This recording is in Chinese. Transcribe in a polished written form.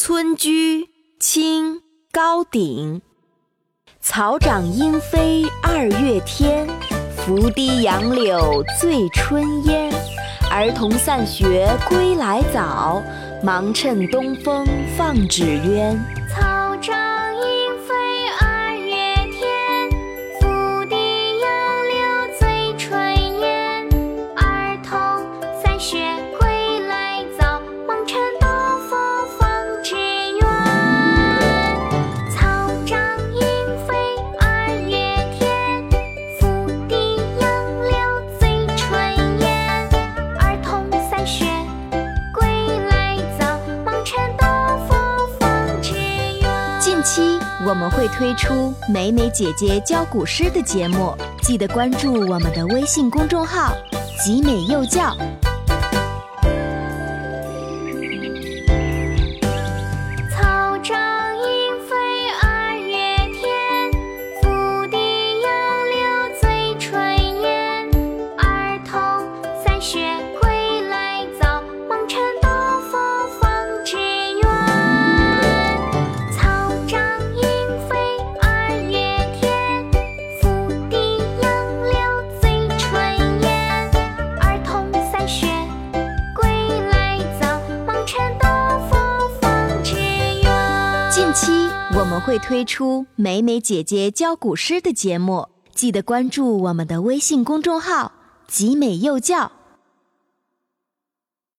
村居，清，高鼎。草长莺飞2月天，拂堤杨柳醉春烟。儿童散学归来早，忙趁东风放纸鸢。 草长莺飞2月天，拂堤杨柳醉春烟。儿童散学归来早，忙趁东风放纸鸢。草长莺飞2月天，拂堤杨柳醉春烟。儿童散学归来早，忙趁东风放纸鸢。 近期我们会推出美美姐姐教古诗的节目，记得关注我们的微信公众号“集美幼教”。 草长莺飞2月天，拂堤杨柳醉春烟。儿童散学归来早，忙趁东风放纸鸢。草长莺飞2月天，拂堤杨柳醉春烟。儿童散学归来早，忙趁东风放纸鸢。 近期我们会推出美美姐姐教古诗的节目，记得关注我们的微信公众号“集美幼教”。